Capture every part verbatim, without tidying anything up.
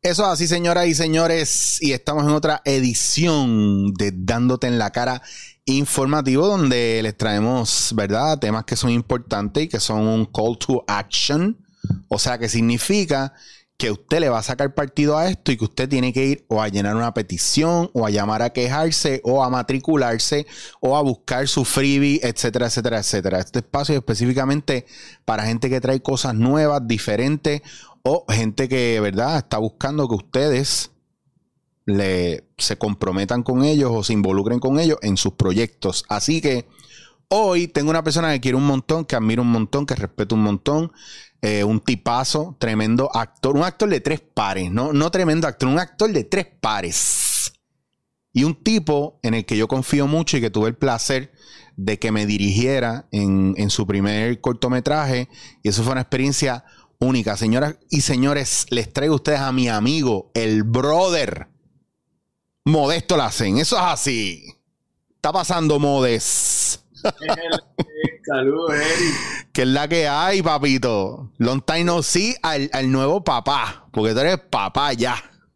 Eso es así, señoras y señores, y estamos en otra edición de Dándote en la Cara informativo, donde les traemos, ¿verdad?, temas que son importantes y que son un call to action, o sea, que significa que usted le va a sacar partido a esto y que usted tiene que ir o a llenar una petición, o a llamar a quejarse, o a matricularse, o a buscar su freebie, etcétera, etcétera, etcétera. Este espacio es específicamente para gente que trae cosas nuevas, diferentes, o gente que, ¿verdad?, está buscando que ustedes le, se comprometan con ellos o se involucren con ellos en sus proyectos. Así que hoy tengo una persona que quiero un montón, que admiro un montón, que respeto un montón, eh, un tipazo, tremendo actor, un actor de tres pares, ¿no? No tremendo actor, un actor de tres pares. Y un tipo en el que yo confío mucho y que tuve el placer de que me dirigiera en, en su primer cortometraje. Y eso fue una experiencia única. Señoras y señores, les traigo a ustedes a mi amigo, el brother Modesto Lacen. Eso es así. Está pasando, Modes. Saludos, Eric. ¿Qué es la que hay, papito? Long time no see al, al nuevo papá, porque tú eres papá ya.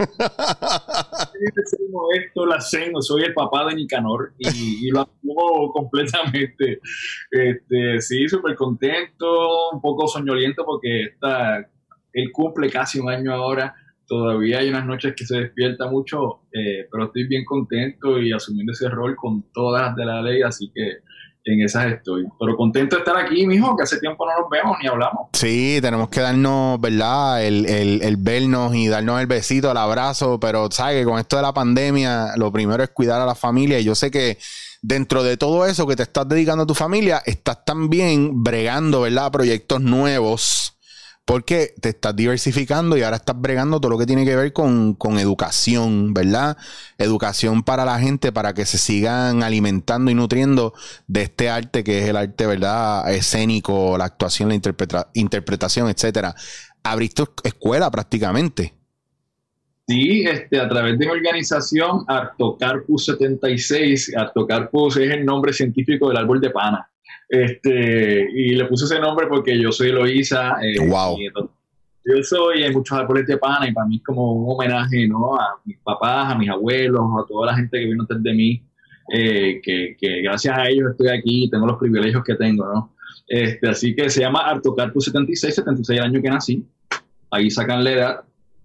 Soy Modesto Lacen, soy el papá de Nicanor y, y lo asumo completamente. Este, sí, súper contento, un poco soñoliento porque está, él cumple casi un año ahora. Todavía hay unas noches que se despierta mucho, eh, pero estoy bien contento y asumiendo ese rol con todas las de la ley, así que en esas estoy. Pero contento de estar aquí, mijo, que hace tiempo no nos vemos ni hablamos. Sí, tenemos que darnos, ¿verdad? El, el, el vernos y darnos el besito, el abrazo, pero sabes que con esto de la pandemia, lo primero es cuidar a la familia. Y yo sé que dentro de todo eso que te estás dedicando a tu familia, estás también bregando, ¿verdad?, a proyectos nuevos, porque te estás diversificando y ahora estás bregando todo lo que tiene que ver con, con educación, ¿verdad? Educación para la gente, para que se sigan alimentando y nutriendo de este arte que es el arte, ¿verdad?, escénico, la actuación, la interpreta- interpretación, etcétera. Abriste escuela prácticamente. Sí, este, a través de mi organización Artocarpus setenta y seis, Artocarpus es el nombre científico del árbol de pana. Este, y le puse ese nombre porque yo soy Eloísa. Eh, Wow. y entonces, yo soy en muchos árboles de pana y para mí es como un homenaje, ¿no?, a mis papás, a mis abuelos, a toda la gente que vino antes de mí, eh, que, que gracias a ellos estoy aquí y tengo los privilegios que tengo, ¿no? Este, así que se llama Artocarpus setenta y seis, setenta y seis el año que nací. Ahí sacan la edad.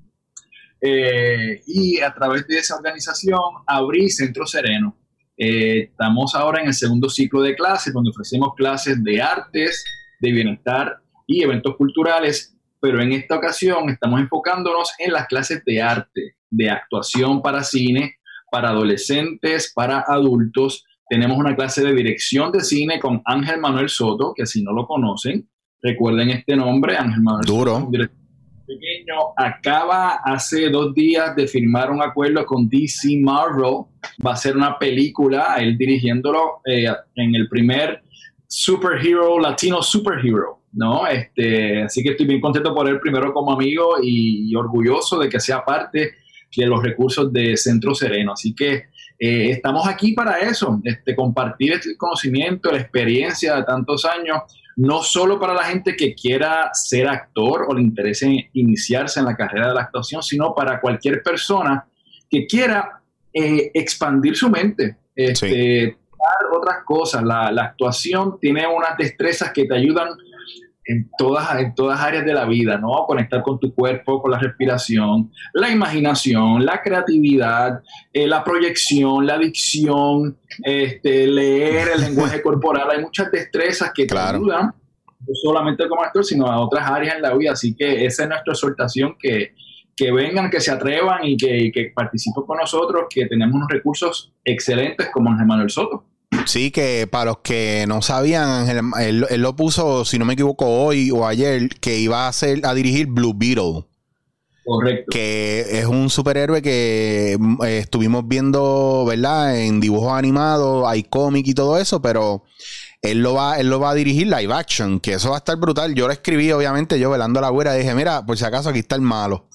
Eh, y a través de esa organización abrí Centro Sereno. Eh, estamos ahora en el segundo ciclo de clases, donde ofrecemos clases de artes, de bienestar y eventos culturales, pero en esta ocasión estamos enfocándonos en las clases de arte, de actuación para cine, para adolescentes, para adultos. Tenemos una clase de dirección de cine con Ángel Manuel Soto, que si no lo conocen, recuerden este nombre, Ángel Manuel Duro. Soto, un director pequeño, acaba hace dos días de firmar un acuerdo con D C Marvel. Va a ser una película, él dirigiéndolo eh, en el primer superhero, latino superhero, ¿no? Este, así que estoy bien contento por él, primero como amigo y, y orgulloso de que sea parte de los recursos de Centro Sereno. Así que eh, estamos aquí para eso, este, compartir este conocimiento, la experiencia de tantos años, no solo para la gente que quiera ser actor o le interese iniciarse en la carrera de la actuación, sino para cualquier persona que quiera eh, expandir su mente, este, Sí. dar otras cosas. La, la actuación tiene unas destrezas que te ayudan en todas, en todas áreas de la vida, ¿no? Conectar con tu cuerpo, con la respiración, la imaginación, la creatividad, eh, la proyección, la dicción, este, leer el lenguaje corporal. Hay muchas destrezas que Claro. te ayudan, no solamente como actor, sino a otras áreas en la vida. Así que esa es nuestra exhortación, que, que vengan, que se atrevan y que, que participen con nosotros, que tenemos unos recursos excelentes como Ángel Manuel Soto. Sí, que para los que no sabían, Ángel, él, él lo puso, si no me equivoco, hoy o ayer, que iba a hacer, a dirigir Blue Beetle. Correcto. Que es un superhéroe que eh, estuvimos viendo, ¿verdad?, en dibujos animados, hay cómic y todo eso, pero él lo va, él lo va a dirigir live action, que eso va a estar brutal. Yo lo escribí, obviamente, yo velando la güera, dije, mira, por si acaso aquí está el malo.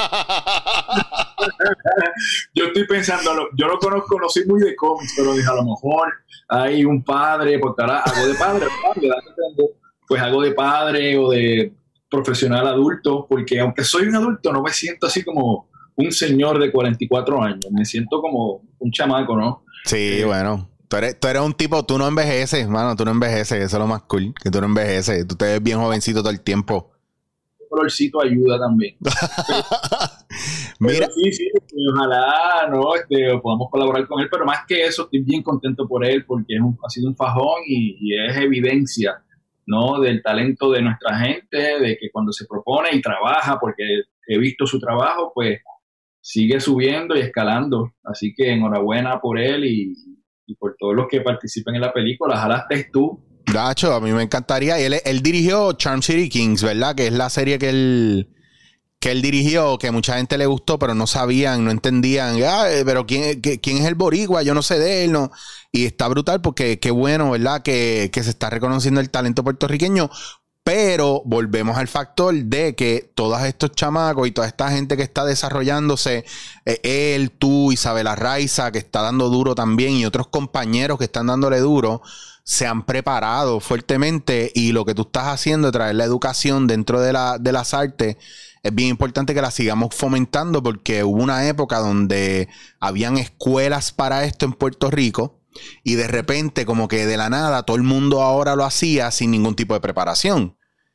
Yo estoy pensando, yo lo conozco, no soy muy de cómics, pero dije, a lo mejor hay un padre, porque ahora hago de padre, ¿verdad? Pues hago de padre o de profesional adulto, porque aunque soy un adulto, no me siento así como, un señor de cuarenta y cuatro años. Me siento como un chamaco, ¿no? Sí, eh, bueno. Tú eres, tú eres un tipo, tú no envejeces, mano, tú no envejeces, eso es lo más cool, que tú no envejeces, tú te ves bien jovencito todo el tiempo. El colorcito ayuda también. Pero, Mira. Pero sí, sí, ojalá, ¿no? Este, podamos colaborar con él, pero más que eso, estoy bien contento por él, porque es un, ha sido un fajón y, y es evidencia, ¿no? Del talento de nuestra gente, de que cuando se propone y trabaja, porque he visto su trabajo, pues sigue subiendo y escalando. Así que enhorabuena por él y, y por todos los que participen en la película. Ojalá estés tú. Dacho, a mí me encantaría. Y él, él dirigió Charm City Kings, ¿verdad? Que es la serie que él, que él dirigió, que mucha gente le gustó, pero no sabían, no entendían. Ah, pero ¿quién, quién es el boricua? Yo no sé de él, ¿no? Y está brutal porque qué bueno, ¿verdad? Que, que se está reconociendo el talento puertorriqueño. Pero volvemos al factor de que todos estos chamacos y toda esta gente que está desarrollándose, eh, él, tú, Isabela Raiza, que está dando duro también, y otros compañeros que están dándole duro, se han preparado fuertemente, y lo que tú estás haciendo de traer la educación dentro de, la, de las artes es bien importante que la sigamos fomentando, porque hubo una época donde habían escuelas para esto en Puerto Rico y de repente como que de la nada todo el mundo ahora lo hacía sin ningún tipo de preparación.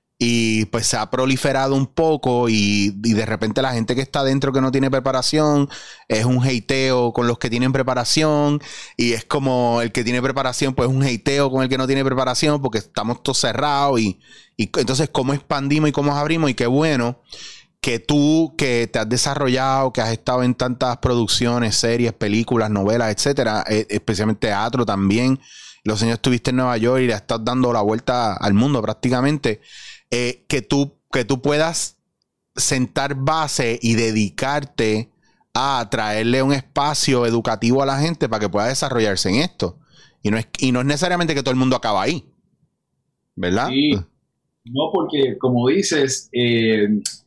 Y pues se ha proliferado un poco y, y de repente la gente que está dentro que no tiene preparación es un hateo con los que tienen preparación, y es como el que tiene preparación pues un hateo con el que no tiene preparación, porque estamos todos cerrados y, y entonces cómo expandimos y cómo abrimos. Y qué bueno que tú, que te has desarrollado, que has estado en tantas producciones, series, películas, novelas, etcétera, eh, especialmente teatro también. Los años estuviste en Nueva York y le estás dando la vuelta al mundo prácticamente. Eh, que, tú, que tú puedas sentar base y dedicarte a traerle un espacio educativo a la gente para que pueda desarrollarse en esto. Y no es, y no es necesariamente que todo el mundo acaba ahí, ¿verdad? Sí, no, porque como dices, eh,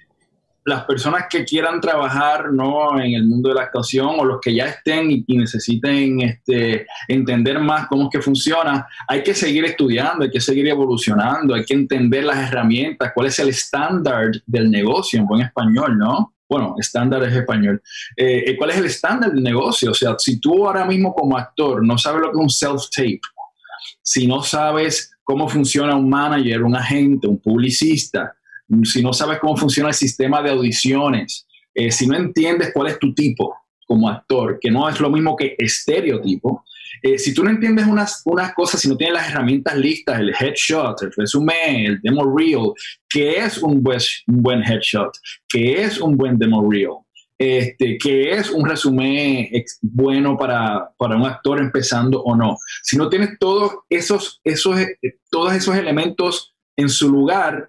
las personas que quieran trabajar, ¿no?, en el mundo de la actuación, o los que ya estén y, y necesiten este, entender más cómo es que funciona, hay que seguir estudiando, hay que seguir evolucionando, hay que entender las herramientas, cuál es el estándar del negocio en buen español, ¿no? Bueno, estándar es español. Eh, ¿Cuál es el estándar del negocio? O sea, si tú ahora mismo como actor no sabes lo que es un self-tape, si no sabes cómo funciona un manager, un agente, un publicista, si no sabes cómo funciona el sistema de audiciones, eh, si no entiendes cuál es tu tipo como actor, que no es lo mismo que estereotipo, eh, si tú no entiendes unas, unas cosas, si no tienes las herramientas listas, el headshot, el resumen, el demo reel, ¿qué es un buen, un buen headshot? ¿Qué es un buen demo reel? Este, ¿qué es un resumen ex- bueno para, para un actor empezando o no? Si no tienes todos esos, esos, eh, todos esos elementos en su lugar,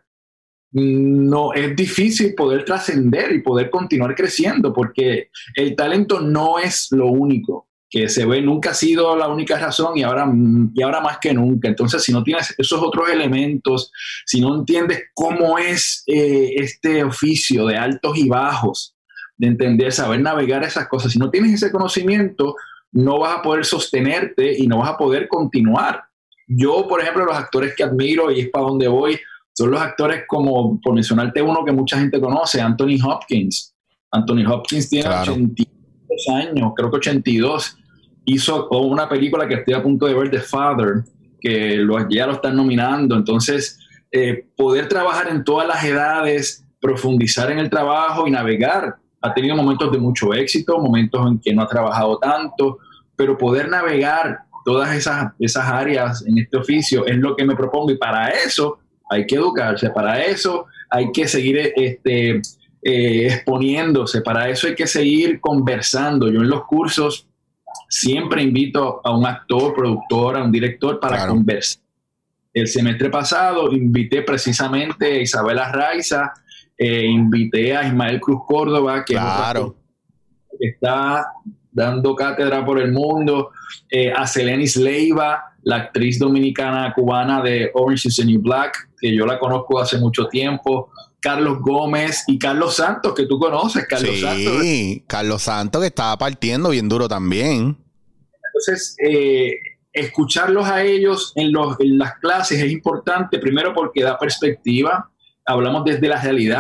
no, es difícil poder trascender y poder continuar creciendo, porque el talento no es lo único que se ve, nunca ha sido la única razón, y ahora, y ahora más que nunca. Entonces, si no tienes esos otros elementos, si no entiendes cómo es eh, este oficio de altos y bajos, de entender, saber navegar esas cosas, si no tienes ese conocimiento, no vas a poder sostenerte y no vas a poder continuar. Yo, por ejemplo, los actores que admiro, y es para donde voy, son los actores como, por mencionarte uno que mucha gente conoce, Anthony Hopkins. Anthony Hopkins tiene claro. ochenta y dos años, creo que ochenta y dos. Hizo una película que estoy a punto de ver, The Father, que lo, ya lo están nominando. Entonces, eh, poder trabajar en todas las edades, profundizar en el trabajo y navegar. Ha tenido momentos de mucho éxito, momentos en que no ha trabajado tanto, pero poder navegar todas esas, esas áreas en este oficio es lo que me propongo, y para eso hay que educarse, para eso hay que seguir este, eh, exponiéndose, para eso hay que seguir conversando. Yo en los cursos siempre invito a un actor, productor, a un director para claro. conversar. El semestre pasado invité precisamente a Isabela Raiza, eh, invité a Ismael Cruz Córdoba, que claro. es está dando cátedra por el mundo, eh, a Selenis Leiva, la actriz dominicana cubana de Orange is the New Black, que yo la conozco hace mucho tiempo, Carlos Gómez y Carlos Santos, que tú conoces, Carlos sí, Santos. Sí, Carlos Santos, que estaba partiendo bien duro también. Entonces, eh, escucharlos a ellos en, los, en las clases es importante, primero porque da perspectiva, hablamos desde la realidad,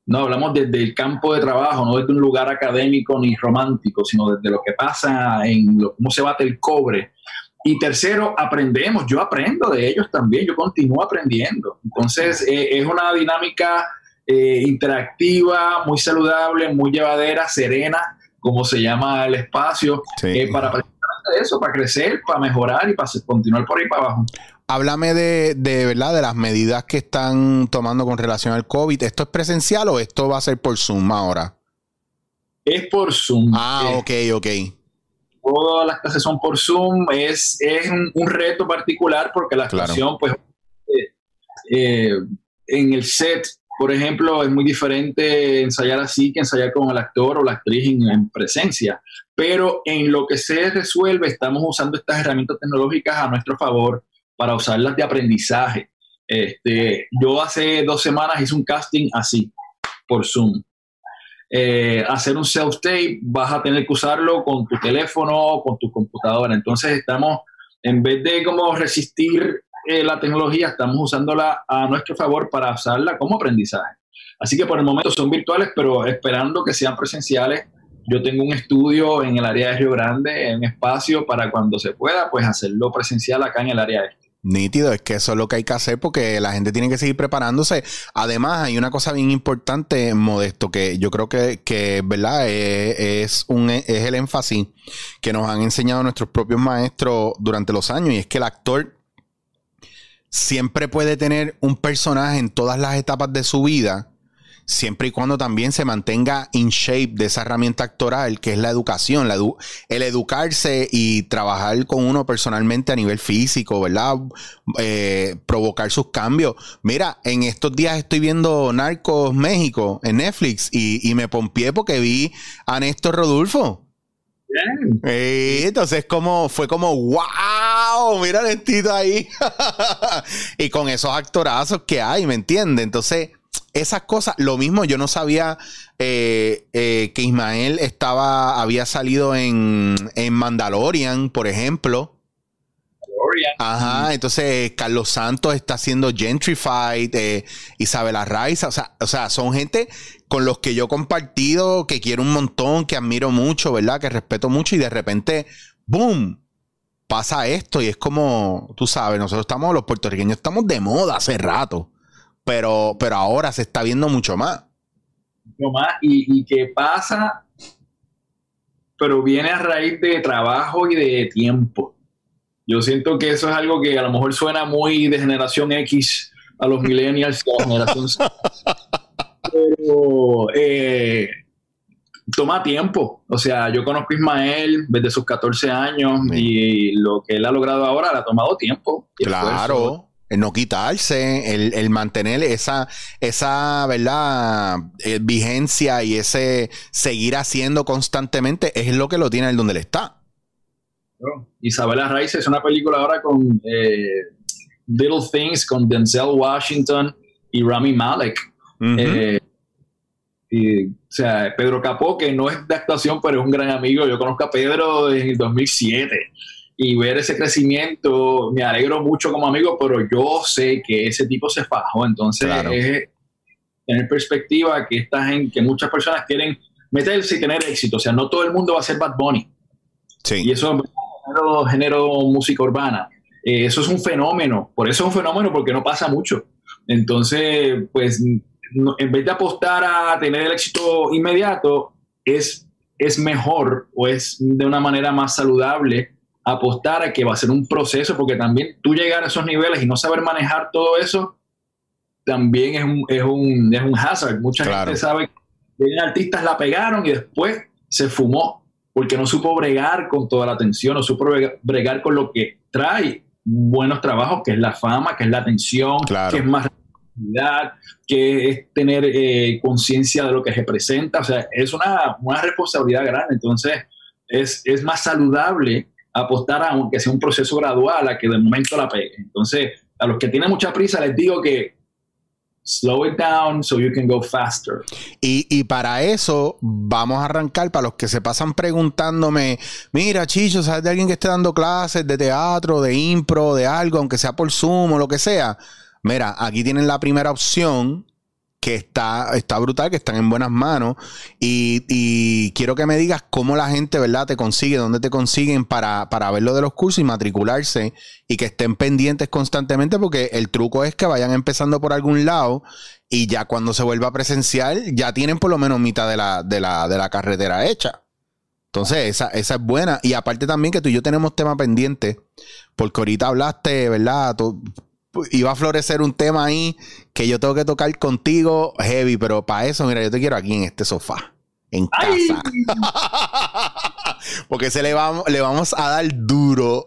No hablamos desde el campo de trabajo, no desde un lugar académico ni romántico, sino desde lo que pasa en lo, cómo se bate el cobre. Y tercero, aprendemos. Yo aprendo de ellos también, yo continúo aprendiendo. Entonces, eh, es una dinámica eh, interactiva, muy saludable, muy llevadera, serena, como se llama el espacio, sí. eh, para precisamente eso, para crecer, para mejorar y para continuar por ahí para abajo. Háblame de, de, ¿verdad? de las medidas que están tomando con relación al COVID. ¿Esto es presencial o esto va a ser por Zoom ahora? Es por Zoom. Ah, eh, ok, ok. Todas las clases son por Zoom. Es, es un, un reto particular porque la actuación, claro. pues, eh, eh, en el set, por ejemplo, es muy diferente ensayar así que ensayar con el actor o la actriz en, en presencia. Pero en lo que se resuelve, estamos usando estas herramientas tecnológicas a nuestro favor para usarlas de aprendizaje. Este, yo hace dos semanas hice un casting así, por Zoom. Eh, hacer un self-tape, vas a tener que usarlo con tu teléfono, con tu computadora. Entonces estamos, en vez de como resistir eh, la tecnología, estamos usándola a nuestro favor para usarla como aprendizaje. Así que por el momento son virtuales, pero esperando que sean presenciales. Yo tengo un estudio en el área de Río Grande, en espacio, para cuando se pueda, pues hacerlo presencial acá en el área este. Nítido, es que eso es lo que hay que hacer porque la gente tiene que seguir preparándose. Además, hay una cosa bien importante, Modesto, que yo creo que, que ¿verdad? Es, es, un, es el énfasis que nos han enseñado nuestros propios maestros durante los años, y es que el actor siempre puede tener un personaje en todas las etapas de su vida, siempre y cuando también se mantenga in shape de esa herramienta actoral que es la educación, la edu el educarse y trabajar con uno personalmente a nivel físico, ¿verdad? Eh, provocar sus cambios. Mira, en estos días estoy viendo Narcos México en Netflix y, y me pompié porque vi a Néstor Rodulfo. Bien. Eh, entonces como, fue como, wow, mira a Nestito ahí. Y con esos actorazos que hay, ¿me entiendes? Entonces... esas cosas, lo mismo, yo no sabía eh, eh, que Ismael estaba, había salido en, en Mandalorian, por ejemplo. Mandalorian. Ajá, entonces Carlos Santos está haciendo Gentrified, eh, Isabela Raiza, o sea, o sea, son gente con los que yo he compartido, que quiero un montón, que admiro mucho, ¿verdad? Que respeto mucho, y de repente, ¡boom!, pasa esto y es como, tú sabes, nosotros estamos, los puertorriqueños estamos de moda hace rato. Pero, pero ahora se está viendo mucho más. Mucho más. Y, y que pasa, pero viene a raíz de trabajo y de tiempo. Yo siento que eso es algo que a lo mejor suena muy de generación X a los millennials, a la generación Z. Pero eh, toma tiempo. O sea, yo conozco a Ismael desde sus catorce años, sí. Y lo que él ha logrado ahora le ha tomado tiempo. Claro. Esfuerzo. El no quitarse, el, el mantener esa, esa ¿verdad? Eh, vigencia y ese seguir haciendo constantemente es lo que lo tiene él donde él está. Oh. Isabela Raiza es una película ahora con eh, Little Things, con Denzel Washington y Rami Malek. Uh-huh. eh, y, o sea, Pedro Capó, que no es de actuación, pero es un gran amigo. Yo conozco a Pedro desde el dos mil siete. Y ver ese crecimiento, me alegro mucho como amigo, pero yo sé que ese tipo se fajó. Entonces, claro. Es tener perspectiva que esta gente, que muchas personas quieren meterse y tener éxito. O sea, no todo el mundo va a ser Bad Bunny. Sí. Y eso es género, género música urbana. Eh, eso es un fenómeno. Por eso es un fenómeno, porque no pasa mucho. Entonces, pues, no, en vez de apostar a tener el éxito inmediato, es, es mejor o es de una manera más saludable apostar a que va a ser un proceso, porque también tú llegar a esos niveles y no saber manejar todo eso también es un, es un, es un hazard. Mucha claro. gente sabe que artistas la pegaron y después se fumó porque no supo bregar con toda la atención, no supo bregar con lo que trae buenos trabajos, que es la fama, que es la atención, claro. que es más responsabilidad, que es tener eh, conciencia de lo que representa. O sea, es una, una responsabilidad grande. Entonces es, es más saludable apostar a aunque sea un proceso gradual a que de momento la pegue. Entonces, a los que tienen mucha prisa les digo que slow it down so you can go faster. Y, y para eso vamos a arrancar, para los que se pasan preguntándome, mira, Chicho, ¿sabes de alguien que esté dando clases de teatro, de impro, de algo, aunque sea por Zoom o lo que sea? Mira, aquí tienen la primera opción, que está, está brutal, que están en buenas manos. Y, y quiero que me digas cómo la gente, ¿verdad?, te consigue, dónde te consiguen para, para ver lo de los cursos y matricularse y que estén pendientes constantemente, porque el truco es que vayan empezando por algún lado y ya cuando se vuelva presencial ya tienen por lo menos mitad de la, de la, de la carretera hecha. Entonces, esa, esa es buena. Y aparte también que tú y yo tenemos tema pendiente, porque ahorita hablaste, ¿verdad?, tú, iba a florecer un tema ahí que yo tengo que tocar contigo heavy, pero para eso, mira, yo te quiero aquí en este sofá, en casa. Porque se le vamos, le vamos a dar duro.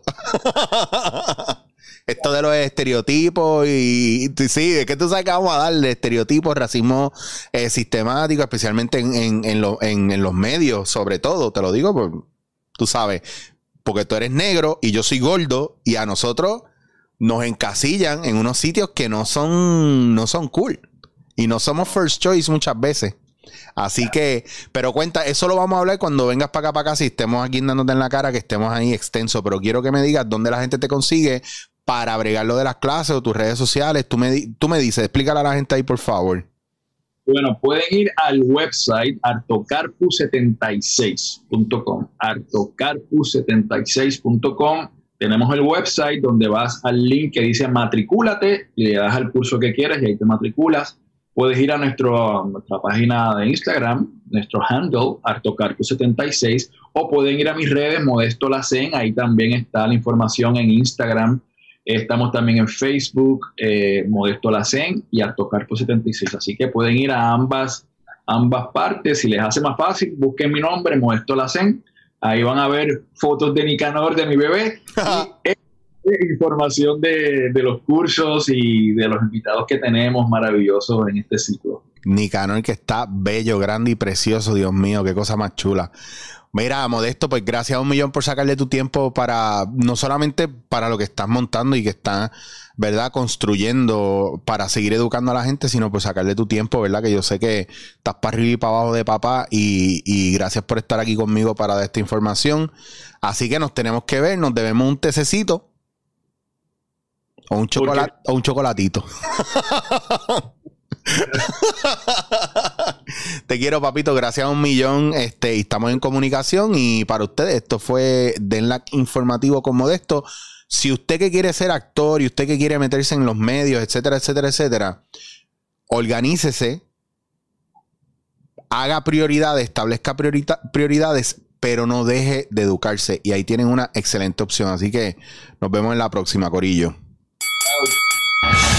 Esto de los estereotipos y, y sí, es que tú sabes que vamos a darle estereotipos, racismo eh, sistemático, especialmente en, en, en, lo, en, en los medios, sobre todo, te lo digo, pues, tú sabes, porque tú eres negro y yo soy gordo y a nosotros nos encasillan en unos sitios que no son, no son cool. Y no somos first choice muchas veces. Así que, pero cuenta, eso lo vamos a hablar cuando vengas para acá, para acá, si estemos aquí dándote en la cara, que estemos ahí extenso. Pero quiero que me digas dónde la gente te consigue para bregar lo de las clases o tus redes sociales. Tú me, tú me dices, explícale a la gente ahí, por favor. Bueno, pueden ir al website artocarpu setenta y seis punto com. artocarpu setenta y seis punto com. Tenemos el website donde vas al link que dice matricúlate y le das al curso que quieres y ahí te matriculas. Puedes ir a nuestro, nuestra página de Instagram, nuestro handle, artocarpu setenta y seis, o pueden ir a mis redes, Modesto Lacen, ahí también está la información en Instagram. Estamos también en Facebook, eh, Modesto Lacen y Artocarpu setenta y seis. Así que pueden ir a ambas, ambas partes. Si les hace más fácil, busquen mi nombre, Modesto Lacen. Ahí van a ver fotos de Nicanor, de mi bebé, y información de, de los cursos y de los invitados que tenemos maravillosos en este ciclo. Nicanor, que está bello, grande y precioso, Dios mío, qué cosa más chula. Mira, Modesto, pues gracias a un millón por sacarle tu tiempo para, no solamente para lo que estás montando y que estás, ¿verdad?, construyendo para seguir educando a la gente, sino por sacarle tu tiempo, ¿verdad? Que yo sé que estás para arriba y para abajo de papá y, y gracias por estar aquí conmigo para dar esta información. Así que nos tenemos que ver, nos debemos un tececito o un chocolate o un chocolatito. Te quiero, papito, gracias a un millón. Este, y estamos en comunicación. Y para ustedes, esto fue Denlac Informativo con Modesto. Si usted que quiere ser actor y usted que quiere meterse en los medios, etcétera, etcétera, etcétera, organícese, haga prioridades, establezca priorita- prioridades, pero no deje de educarse. Y ahí tienen una excelente opción. Así que nos vemos en la próxima, corillo.